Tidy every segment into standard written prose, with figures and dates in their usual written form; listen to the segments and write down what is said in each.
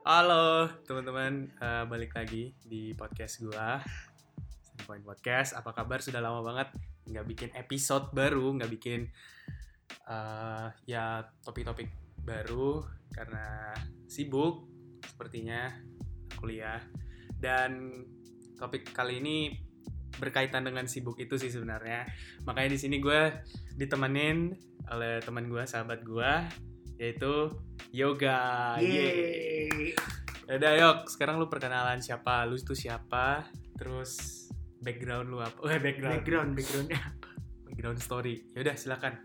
Halo teman-teman, balik lagi di podcast gua, Standpoint Podcast. Apa kabar? Sudah lama banget nggak bikin episode baru, nggak bikin ya topik-topik baru karena sibuk sepertinya kuliah. Dan topik kali ini berkaitan dengan sibuk itu sih sebenarnya. Makanya di sini gue ditemenin oleh teman gue, sahabat gue, yaitu Yoga. Yeay. Yaudah Yok, sekarang lu perkenalan siapa? Lu itu siapa? Terus background lu apa? Backgroundnya. Background story. Yaudah silakan.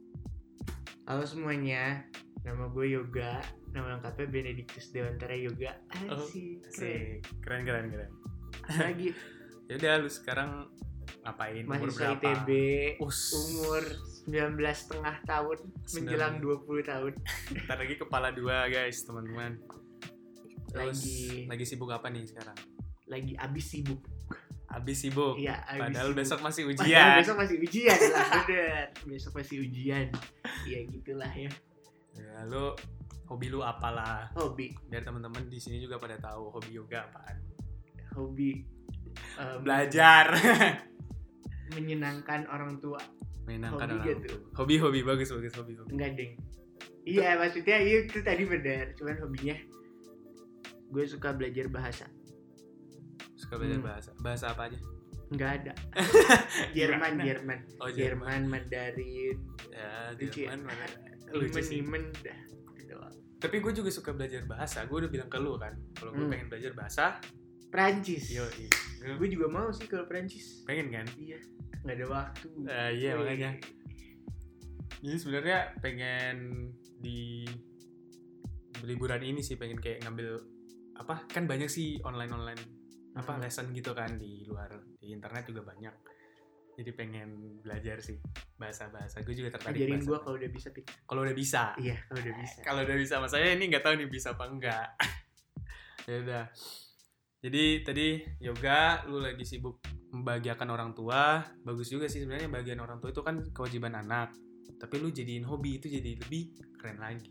Halo semuanya, nama gue Yoga. Nama lengkapnya Benedictus Dewantara Yoga. Asik. Keren. Lagi Yaudah lu sekarang ngapain? Umur mahasiswa berapa? ITB, umur 19,5 tahun, menjelang 20 tahun. Ntar lagi kepala 2 guys, teman-teman. Terus lagi sibuk apa nih sekarang? Lagi abis sibuk. Abis sibuk? Iya, Padahal sibuk. besok masih Padahal ujian. besok masih ujian lah, bener. Besok masih ujian. Ya gitulah ya. Ya, lu hobi lu apalah? Hobi, Biar teman-teman di sini juga pada tahu hobi Yoga apaan. hobi Belajar. menyenangkan orang tua. Menyenangkan Hobi orang gitu. tua. Hobi bagus hobi. Enggak deng. Iya maksudnya itu tadi benar. Cuman hobinya gue suka belajar bahasa. Suka belajar bahasa apa aja? Enggak ada. Jerman. Oh, Jerman, Mandarin. Ya, Lucu ya? Jerman mana? Lucu sih. Nimen dah. Gitu. Tapi gue juga suka belajar bahasa. Gue udah bilang ke lu kan, kalau gue pengen belajar bahasa, Prancis. yoi. Gue juga mau sih kalau Prancis. Pengen kan? Iya. Nggak ada waktu. Iya Wih. makanya. Jadi sebenarnya pengen di liburan ini sih pengen kayak ngambil apa? Kan banyak sih online apa lesson gitu kan di luar, di internet juga banyak. Jadi pengen belajar sih bahasa-bahasa. Gue juga tertarik Ajarin bahasa. gue kalau udah bisa. Kalau udah bisa. Iya, kalau udah bisa. Kalau udah bisa, maksudnya ini nggak tahu nih bisa apa enggak. Ya udah. Jadi tadi Yoga, lu lagi sibuk membahagiakan orang tua. Bagus juga sih sebenarnya bagian orang tua itu kan kewajiban anak. Tapi lu jadiin hobi itu jadi lebih keren lagi.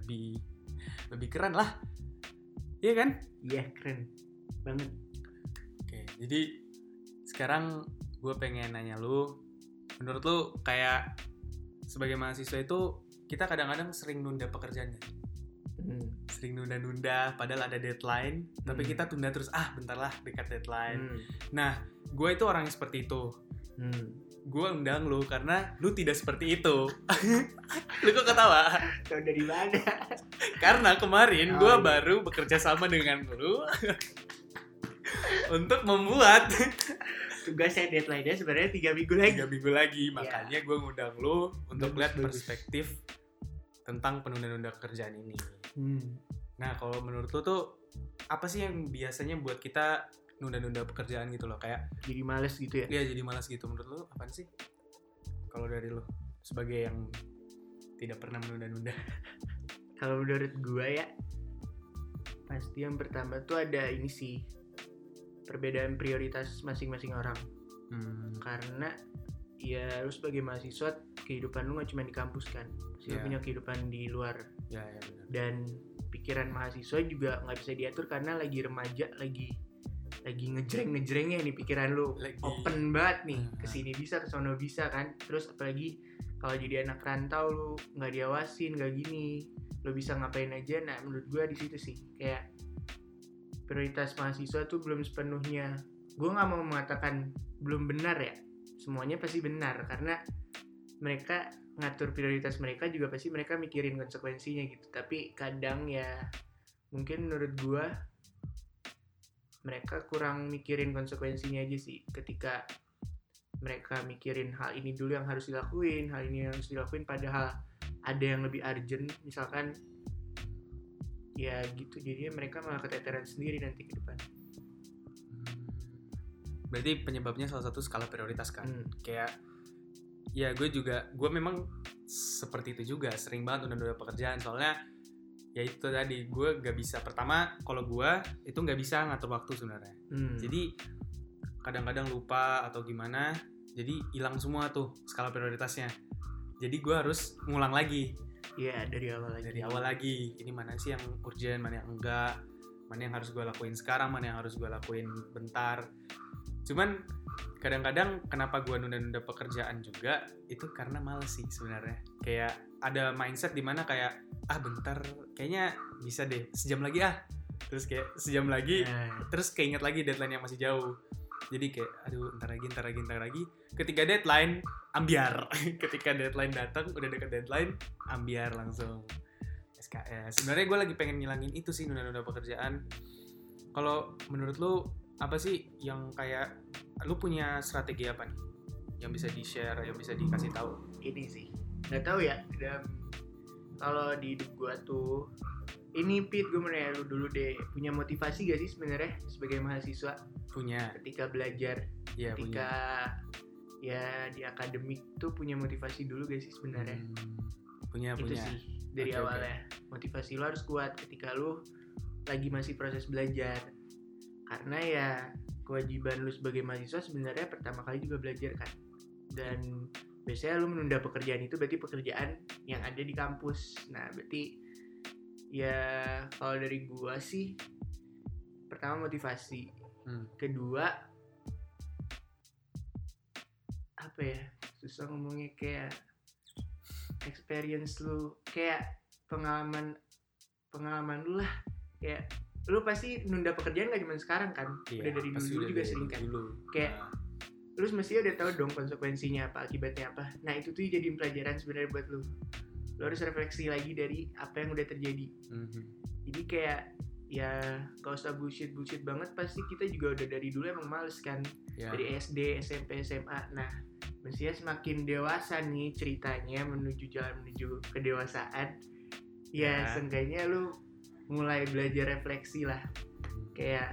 Lebih keren lah. Iya kan? Iya, keren banget. Oke, jadi sekarang gue pengen nanya lu, menurut lu kayak sebagai mahasiswa itu kita kadang-kadang sering nunda pekerjaannya. Sering nunda-nunda padahal ada deadline, tapi kita tunda terus, bentar lah dekat deadline. Nah, gue itu orang yang seperti itu. Gue undang lu karena lu tidak seperti itu. Lu kok ketawa? Tahu dari mana? Karena kemarin gue baru bekerja sama dengan lu untuk membuat tugasnya deadline-nya sebenarnya 3 minggu lagi. 3 minggu lagi, makanya gue ngundang lu untuk lihat perspektif tentang penunda-nunda pekerjaan ini. Nah, kalau menurut lu tuh apa sih yang biasanya buat kita nunda-nunda pekerjaan gitu loh, kayak Jadi males gitu ya? Iya, jadi malas gitu. Menurut lu apaan sih? Kalau dari lu sebagai yang tidak pernah menunda-nunda. Kalau menurut gue ya, pasti yang pertama tuh ada ini sih, perbedaan prioritas masing-masing orang. Karena ya lu sebagai mahasiswa, kehidupan lu gak cuma di kampus kan, lu punya kehidupan di luar. Ya benar. Dan pikiran mahasiswa juga gak bisa diatur karena lagi remaja, lagi ngejreng-ngejrengnya nih pikiran lu, lagi open banget nih, kesini bisa, kesono bisa kan. Terus apalagi kalau jadi anak rantau, lu nggak diawasin, nggak gini, lu bisa ngapain aja. Nah menurut gue di situ sih kayak prioritas mahasiswa tuh belum sepenuhnya. Gue nggak mau mengatakan belum benar ya, semuanya pasti benar karena mereka ngatur prioritas mereka juga pasti mereka mikirin konsekuensinya gitu. Tapi kadang ya mungkin menurut gue mereka kurang mikirin konsekuensinya aja sih. Ketika mereka mikirin hal ini dulu yang harus dilakuin, hal ini yang harus dilakuin, padahal ada yang lebih urgent misalkan, ya gitu. Jadinya mereka malah keteteran sendiri nanti ke depan. Berarti penyebabnya salah satu skala prioritas kan. Kayak ya gue memang seperti itu juga, sering banget nunda-nunda pekerjaan. Soalnya ya itu tadi, gue gak bisa, pertama kalau gue itu gak bisa ngatur waktu sebenarnya. Jadi kadang-kadang lupa atau gimana, jadi hilang semua tuh skala prioritasnya. Jadi gue harus ngulang lagi. Iya, dari awal lagi. Dari awal lagi, ini mana sih yang urgent, mana yang enggak, mana yang harus gue lakuin sekarang, mana yang harus gue lakuin bentar. Cuman kadang-kadang kenapa gue nunda-nunda pekerjaan juga itu karena males sih sebenarnya. Kayak ada mindset dimana kayak bentar, kayaknya bisa deh sejam lagi terus kayak sejam lagi, terus keinget lagi deadline yang masih jauh. Jadi kayak aduh ntar lagi. Ketika deadline ambiar. Ketika deadline datang udah deket deadline ambiar langsung SKS. Sebenarnya gue lagi pengen ngilangin itu sih, nunda-nunda pekerjaan. Kalau menurut lu apa sih yang kayak lu punya strategi apa nih yang bisa di-share, yang bisa dikasih tahu? Ini sih nggak tahu ya, kalau di hidup gue tuh ini Pit, gue mau nanya lu dulu deh, punya motivasi gak sih sebenarnya sebagai mahasiswa? Punya. Ketika belajar, ya, ketika punya. Ya di akademik tuh punya motivasi dulu gak sih sebenarnya? Punya. Itu sih dari awalnya. Motivasi lu harus kuat ketika lu lagi masih proses belajar. Karena ya kewajiban lu sebagai mahasiswa sebenarnya pertama kali juga belajar kan. Dan biasanya lu menunda pekerjaan itu berarti pekerjaan yang ada di kampus. Nah berarti ya kalau dari gua sih pertama motivasi, kedua apa ya, susah ngomongnya, kayak experience lu, kayak pengalaman lu lah. Kayak lu pasti nunda pekerjaan gak cuma sekarang kan, udah dari dulu juga sering kan. Kayak lu mestinya udah tahu dong konsekuensinya apa, akibatnya apa. Nah itu tuh jadi pelajaran sebenarnya buat lu. Lu harus refleksi lagi dari apa yang udah terjadi. Jadi kayak ya gak usah bullshit banget, pasti kita juga udah dari dulu emang males kan. Dari SD, SMP, SMA. Nah mestinya semakin dewasa nih ceritanya menuju kedewasaan. Ya seenggaknya lu mulai belajar refleksi lah. Kayak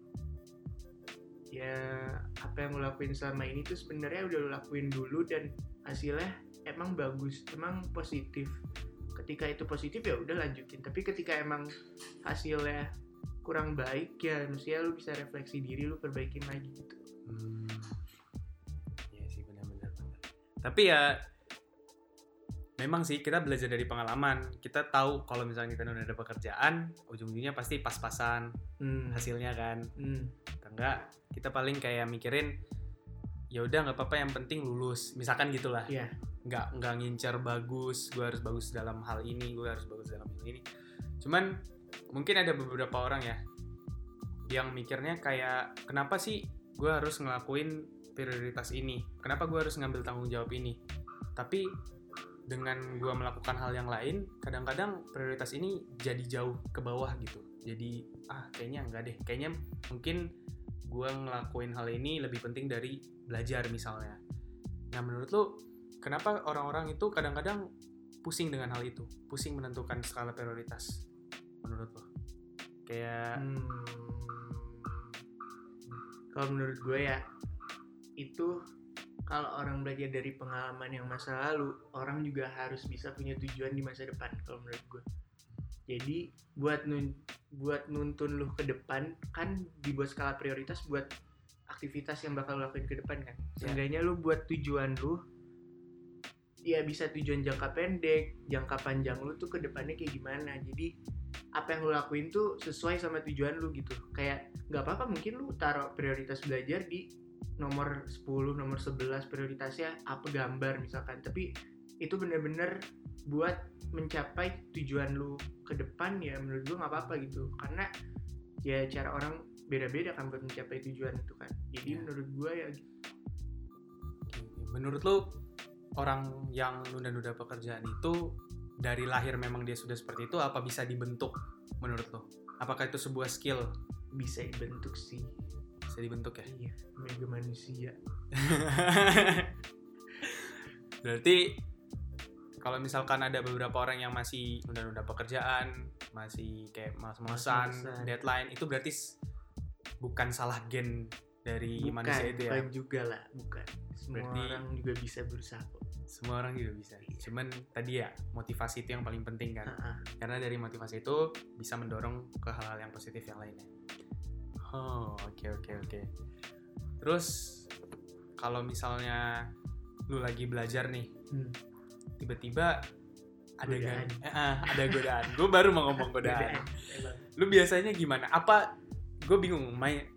ya apa yang lu lakuin selama ini tuh sebenarnya udah lu lakuin dulu dan hasilnya emang bagus, emang positif. Ketika itu positif ya udah lanjutin. Tapi ketika emang hasilnya kurang baik ya mestinya lu bisa refleksi diri, lu perbaikin lagi gitu. Iya sih, benar. Tapi ya memang sih kita belajar dari pengalaman. Kita tahu kalau misalnya kita udah ada pekerjaan, ujung-ujungnya pasti pas-pasan hasilnya kan. Enggak, kita paling kayak mikirin ya udah nggak apa-apa, yang penting lulus, misalkan gitulah. Nggak ngincar bagus, gue harus bagus dalam hal ini, gue harus bagus dalam hal ini. Cuman mungkin ada beberapa orang ya yang mikirnya kayak kenapa sih gue harus ngelakuin prioritas ini, kenapa gue harus ngambil tanggung jawab ini. Tapi dengan gue melakukan hal yang lain, kadang-kadang prioritas ini jadi jauh ke bawah gitu. Jadi kayaknya enggak deh, kayaknya mungkin gue ngelakuin hal ini lebih penting dari belajar misalnya. Nah menurut lo kenapa orang-orang itu kadang-kadang pusing dengan hal itu, pusing menentukan skala prioritas menurut lo? Kayak kalau menurut gue ya itu, kalau orang belajar dari pengalaman yang masa lalu, orang juga harus bisa punya tujuan di masa depan kalau menurut gue. Jadi buat nuntun lu ke depan kan dibuat skala prioritas buat aktivitas yang bakal lu lakuin ke depan kan. Seenggaknya lu buat tujuan lu ya bisa tujuan jangka pendek, jangka panjang lu tuh ke depannya kayak gimana. Jadi apa yang lu lakuin tuh sesuai sama tujuan lu gitu. Kayak enggak apa-apa mungkin lu taruh prioritas belajar di nomor 10, nomor 11 prioritasnya apa gambar misalkan, tapi itu benar-benar buat mencapai tujuan lu ke depan ya menurut gue nggak apa-apa gitu, karena ya cara orang beda-beda kan buat mencapai tujuan itu kan. Jadi menurut gue ya gitu. Menurut lu orang yang nunda-nunda pekerjaan itu dari lahir memang dia sudah seperti itu, apa bisa dibentuk menurut lu? Apakah itu sebuah skill? Bisa dibentuk sih. Bisa dibentuk ya? Iya, mega manusia. Berarti kalau misalkan ada beberapa orang yang masih nunda-nunda pekerjaan, masih kayak malas-malasan, deadline, itu berarti bukan salah gen dari manusia itu ya? Bukan juga lah, bukan. Semua berarti orang juga bisa berusaha kok. Semua orang juga bisa. Cuman tadi ya, motivasi itu yang paling penting kan. Karena dari motivasi itu bisa mendorong ke hal-hal yang positif yang lainnya. Oke. Terus kalau misalnya lu lagi belajar nih, tiba-tiba Ada godaan. Gue baru mau ngomong godaan. Lu biasanya gimana? Apa? Gue bingung.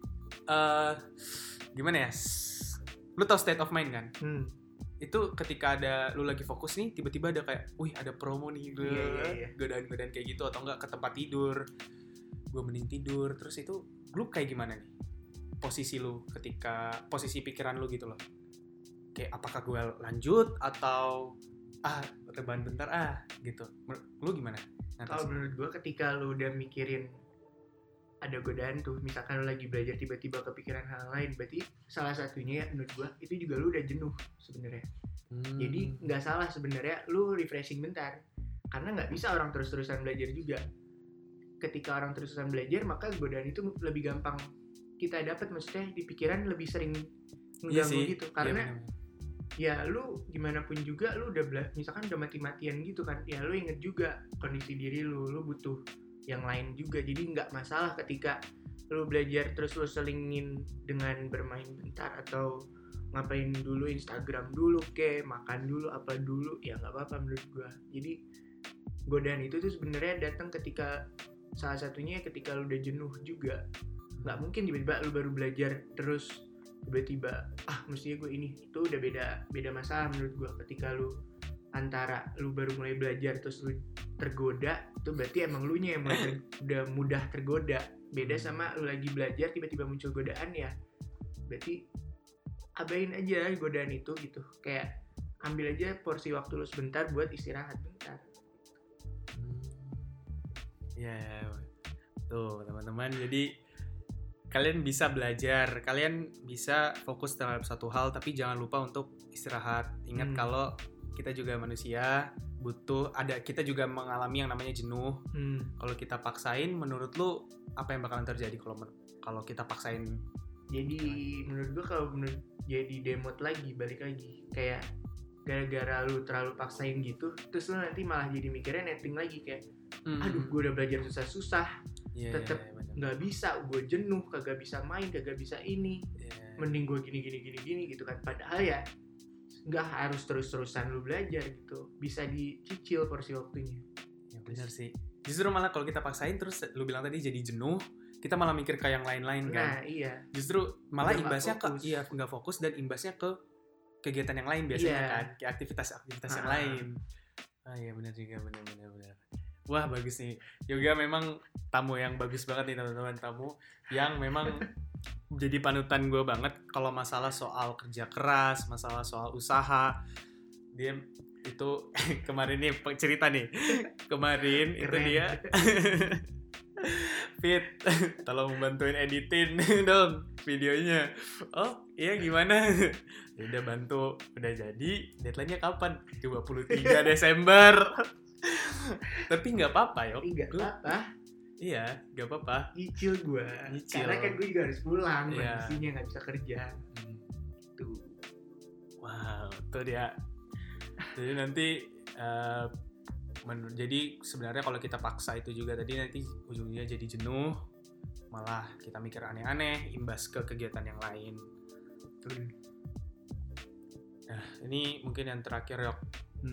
Gimana ya? Lu tau state of mind kan? Itu ketika ada lu lagi fokus nih, tiba-tiba ada kayak, wih ada promo nih, godaan-godaan kayak gitu, atau enggak ke tempat tidur, gue mending tidur. Terus itu lu kayak gimana nih posisi lu ketika posisi pikiran lu gitu loh, kayak apakah gue lanjut atau rebahan bentar gitu. Lu gimana? Kalau menurut gue ketika lu udah mikirin ada godaan tuh, misalkan lu lagi belajar tiba-tiba kepikiran hal lain, berarti salah satunya ya menurut gue itu juga lu udah jenuh sebenarnya. Jadi nggak salah sebenarnya lu refreshing bentar, karena nggak bisa orang terus-terusan belajar juga. Ketika orang terus-terusan belajar, maka godaan itu lebih gampang kita dapat, maksudnya di pikiran lebih sering mengganggu gitu, karena ya lu gimana pun juga lu udah misalkan udah mati-matian gitu kan, ya lu inget juga kondisi diri lu butuh yang lain juga. Jadi nggak masalah ketika lu belajar terus lu selingin dengan bermain bentar atau ngapain dulu, Instagram dulu makan dulu apa dulu, ya nggak apa-apa menurut gua. Jadi godaan itu tuh sebenarnya datang ketika salah satunya ketika lu udah jenuh juga. Nggak mungkin tiba-tiba lu baru belajar terus tiba-tiba mestinya gue ini, itu udah beda masalah menurut gue. Ketika lu antara lu baru mulai belajar terus lu tergoda, itu berarti emang lu nya yang udah mudah tergoda. Beda sama lu lagi belajar tiba-tiba muncul godaan, ya berarti abain aja godaan itu gitu. Kayak ambil aja porsi waktu lu sebentar buat istirahat bentar. Tuh teman-teman, jadi kalian bisa belajar, kalian bisa fokus terhadap satu hal, tapi jangan lupa untuk istirahat. Ingat kalau kita juga manusia, kita juga mengalami yang namanya jenuh. Kalau kita paksain, menurut lu apa yang bakalan terjadi kalau kita paksain? Jadi menurut gua kalau jadi demot lagi, balik lagi kayak gara-gara lu terlalu paksain gitu, terus lu nanti malah jadi mikirnya netting lagi kayak gue udah belajar susah-susah, tetep nggak bisa, gue jenuh, kagak bisa main, kagak bisa ini, mending gue gini gitu kan. Padahal ya nggak harus terus-terusan lu belajar gitu, bisa dicicil porsi waktunya. Ya benar sih, justru malah kalau kita paksain terus lu bilang tadi jadi jenuh, kita malah mikir ke yang lain-lain kan. Nah iya, justru malah imbasnya nggak fokus dan imbasnya ke kegiatan yang lain biasanya kan, kayak aktivitas yang lain. Iya benar juga, benar. Wah bagus nih, Yoga memang tamu yang bagus banget nih teman-teman, tamu yang memang jadi panutan gue banget kalau masalah soal kerja keras, masalah soal usaha. Dia itu kemarin nih cerita nih, kemarin itu dia Fit, tolong bantuin editin dong videonya. Oh iya gimana? Ya udah bantu, udah jadi. Deadline-nya kapan? 23 Desember. Tapi nggak apa-apa ya. Nggak apa-apa. Iya, nggak apa-apa. Nyicil gue. Karena kan gue juga harus pulang, kondisinya nggak bisa kerja. Tuh. Wow, tuh dia. Jadi nanti jadi sebenarnya kalau kita paksa itu juga tadi nanti ujungnya jadi jenuh, malah kita mikir aneh-aneh, imbas ke kegiatan yang lain. Nah ini mungkin yang terakhir Yok.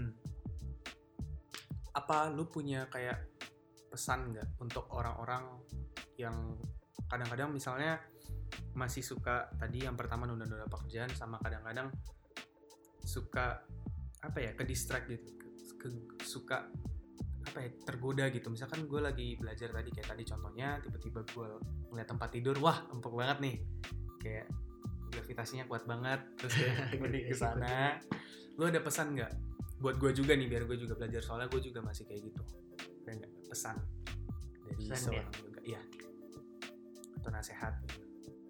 Apa lu punya kayak pesan nggak untuk orang-orang yang kadang-kadang misalnya masih suka tadi yang pertama nunda-nunda pekerjaan, sama kadang-kadang suka ke distract gitu, suka tergoda gitu. Misalkan gue lagi belajar tadi, kayak tadi contohnya, tiba-tiba gue ngeliat tempat tidur, wah empuk banget nih, kayak gravitasinya kuat banget, terus kayak mending kesana. Lu ada pesan nggak buat gue juga nih, biar gue juga belajar, soalnya gue juga masih kayak gitu. Ada nggak pesan dari seorang juga, iya, atau nasihat gitu?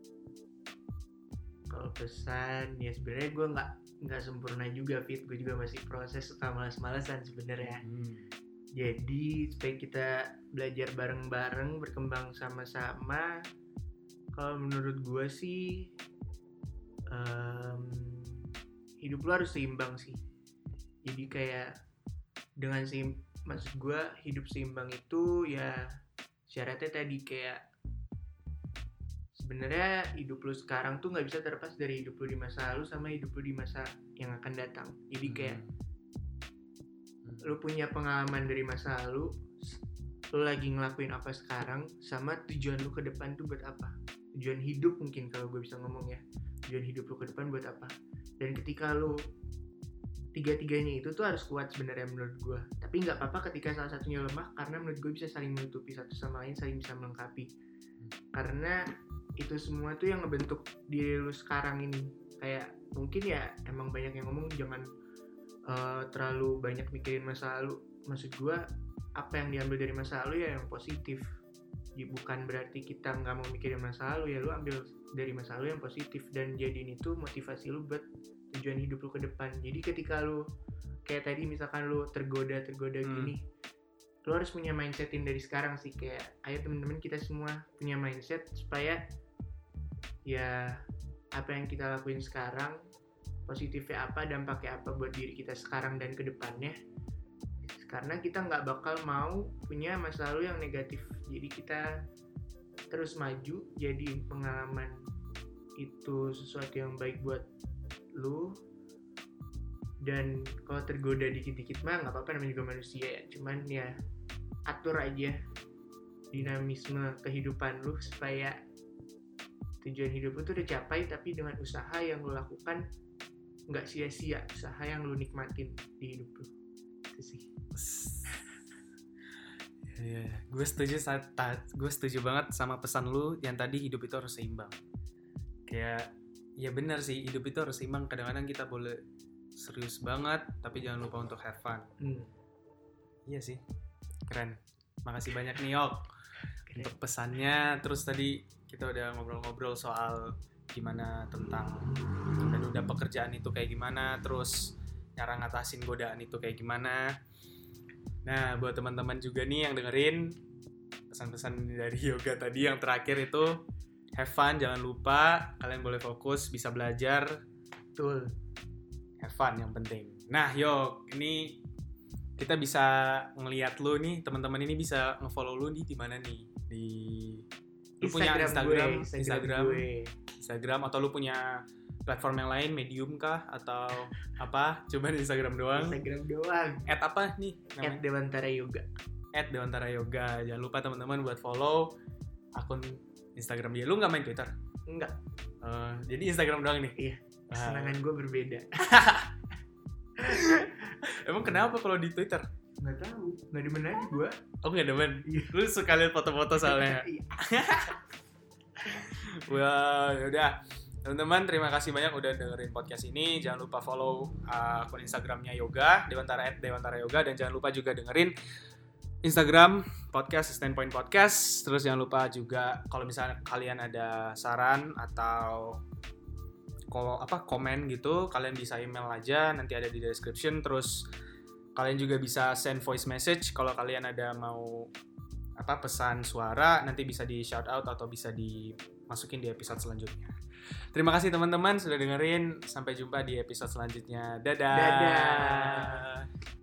Kalau pesan ya sebenarnya gue nggak sempurna juga, Fit. Gue juga masih proses, suka malas-malasan sebenarnya. Jadi supaya kita belajar bareng-bareng, berkembang sama-sama. Kalau menurut gue sih hidup lo harus seimbang sih. Jadi kayak dengan maksud gue hidup seimbang itu ya syaratnya tadi kayak sebenarnya hidup lo sekarang tuh nggak bisa terlepas dari hidup lo di masa lalu sama hidup lo di masa yang akan datang. Jadi kayak lu punya pengalaman dari masa lalu, lu lagi ngelakuin apa sekarang, sama tujuan lu ke depan tuh buat apa. Tujuan hidup mungkin kalau gue bisa ngomong ya. Tujuan hidup lu ke depan buat apa. Dan ketika lu tiga-tiganya itu tuh harus kuat sebenarnya menurut gue. Tapi nggak apa-apa ketika salah satunya lemah, karena menurut gue bisa saling menutupi satu sama lain, saling bisa melengkapi. Karena itu semua tuh yang ngebentuk diri lu sekarang ini. Kayak mungkin ya emang banyak yang ngomong jangan terlalu banyak mikirin masa lalu. Maksud gue apa yang diambil dari masa lalu ya yang positif. Jadi bukan berarti kita nggak mau mikirin masa lalu, ya lu ambil dari masa lalu yang positif dan jadiin itu motivasi lu buat tujuan hidup lu ke depan. Jadi ketika lu kayak tadi misalkan lu tergoda gini, lu harus punya mindsetin dari sekarang sih. Kayak ayo teman-teman kita semua punya mindset supaya ya apa yang kita lakuin sekarang positifnya apa, dampaknya apa buat diri kita sekarang dan ke depannya. Karena kita nggak bakal mau punya masa lalu yang negatif. Jadi kita terus maju, jadi pengalaman itu sesuatu yang baik buat lu. Dan kalau tergoda dikit-dikit mah nggak apa-apa, namanya juga manusia ya. Cuman ya atur aja dinamisme kehidupan lu supaya tujuan hidup lu tuh udah capai, tapi dengan usaha yang lu lakukan nggak sia-sia, usaha yang lu nikmatin di hidup lu. Itu sih. Yeah, gue setuju banget sama pesan lu yang tadi, hidup itu harus seimbang. Kayak ya benar sih, hidup itu harus seimbang. Kadang-kadang kita boleh serius banget, tapi jangan lupa untuk have fun. Iya sih, keren. Makasih banyak nih Yok untuk pesannya. Terus tadi kita udah ngobrol-ngobrol soal gimana tentang menunda pekerjaan itu kayak gimana, terus cara ngatasin godaan itu kayak gimana. Nah, buat teman-teman juga nih yang dengerin pesan-pesan dari Yoga tadi yang terakhir itu, have fun, jangan lupa, kalian boleh fokus, bisa belajar. Betul. Have fun yang penting. Nah, Yok, ini kita bisa ngelihat lu nih, teman-teman ini bisa nge-follow lu nih di mana nih? Di lu punya Instagram atau lu punya platform yang lain, Medium kah atau apa? Coba di Instagram doang. @apa nih namanya? @dewantara yoga. @dewantara yoga. Jangan lupa teman-teman buat follow akun Instagram dia. Lu nggak main Twitter? Enggak. Jadi Instagram doang nih? Iya. Kesenangan gue berbeda. Emang kenapa kalau di Twitter? Nggak tahu. Nggak demen aja gue. Oh nggak demen? Iya. Lu suka lihat foto-foto soalnya? Wah, yaudah. Teman-teman, terima kasih banyak udah dengerin podcast ini. Jangan lupa follow akun Instagramnya Yoga, @dewantara yoga, dan jangan lupa juga dengerin Instagram podcast Standpoint Podcast. Terus jangan lupa juga kalau misalnya kalian ada saran atau komen gitu, kalian bisa email aja, nanti ada di description. Terus kalian juga bisa send voice message kalau kalian ada mau pesan suara, nanti bisa di shout out atau bisa dimasukin di episode selanjutnya. Terima kasih teman-teman sudah dengerin. Sampai jumpa di episode selanjutnya. Dadah.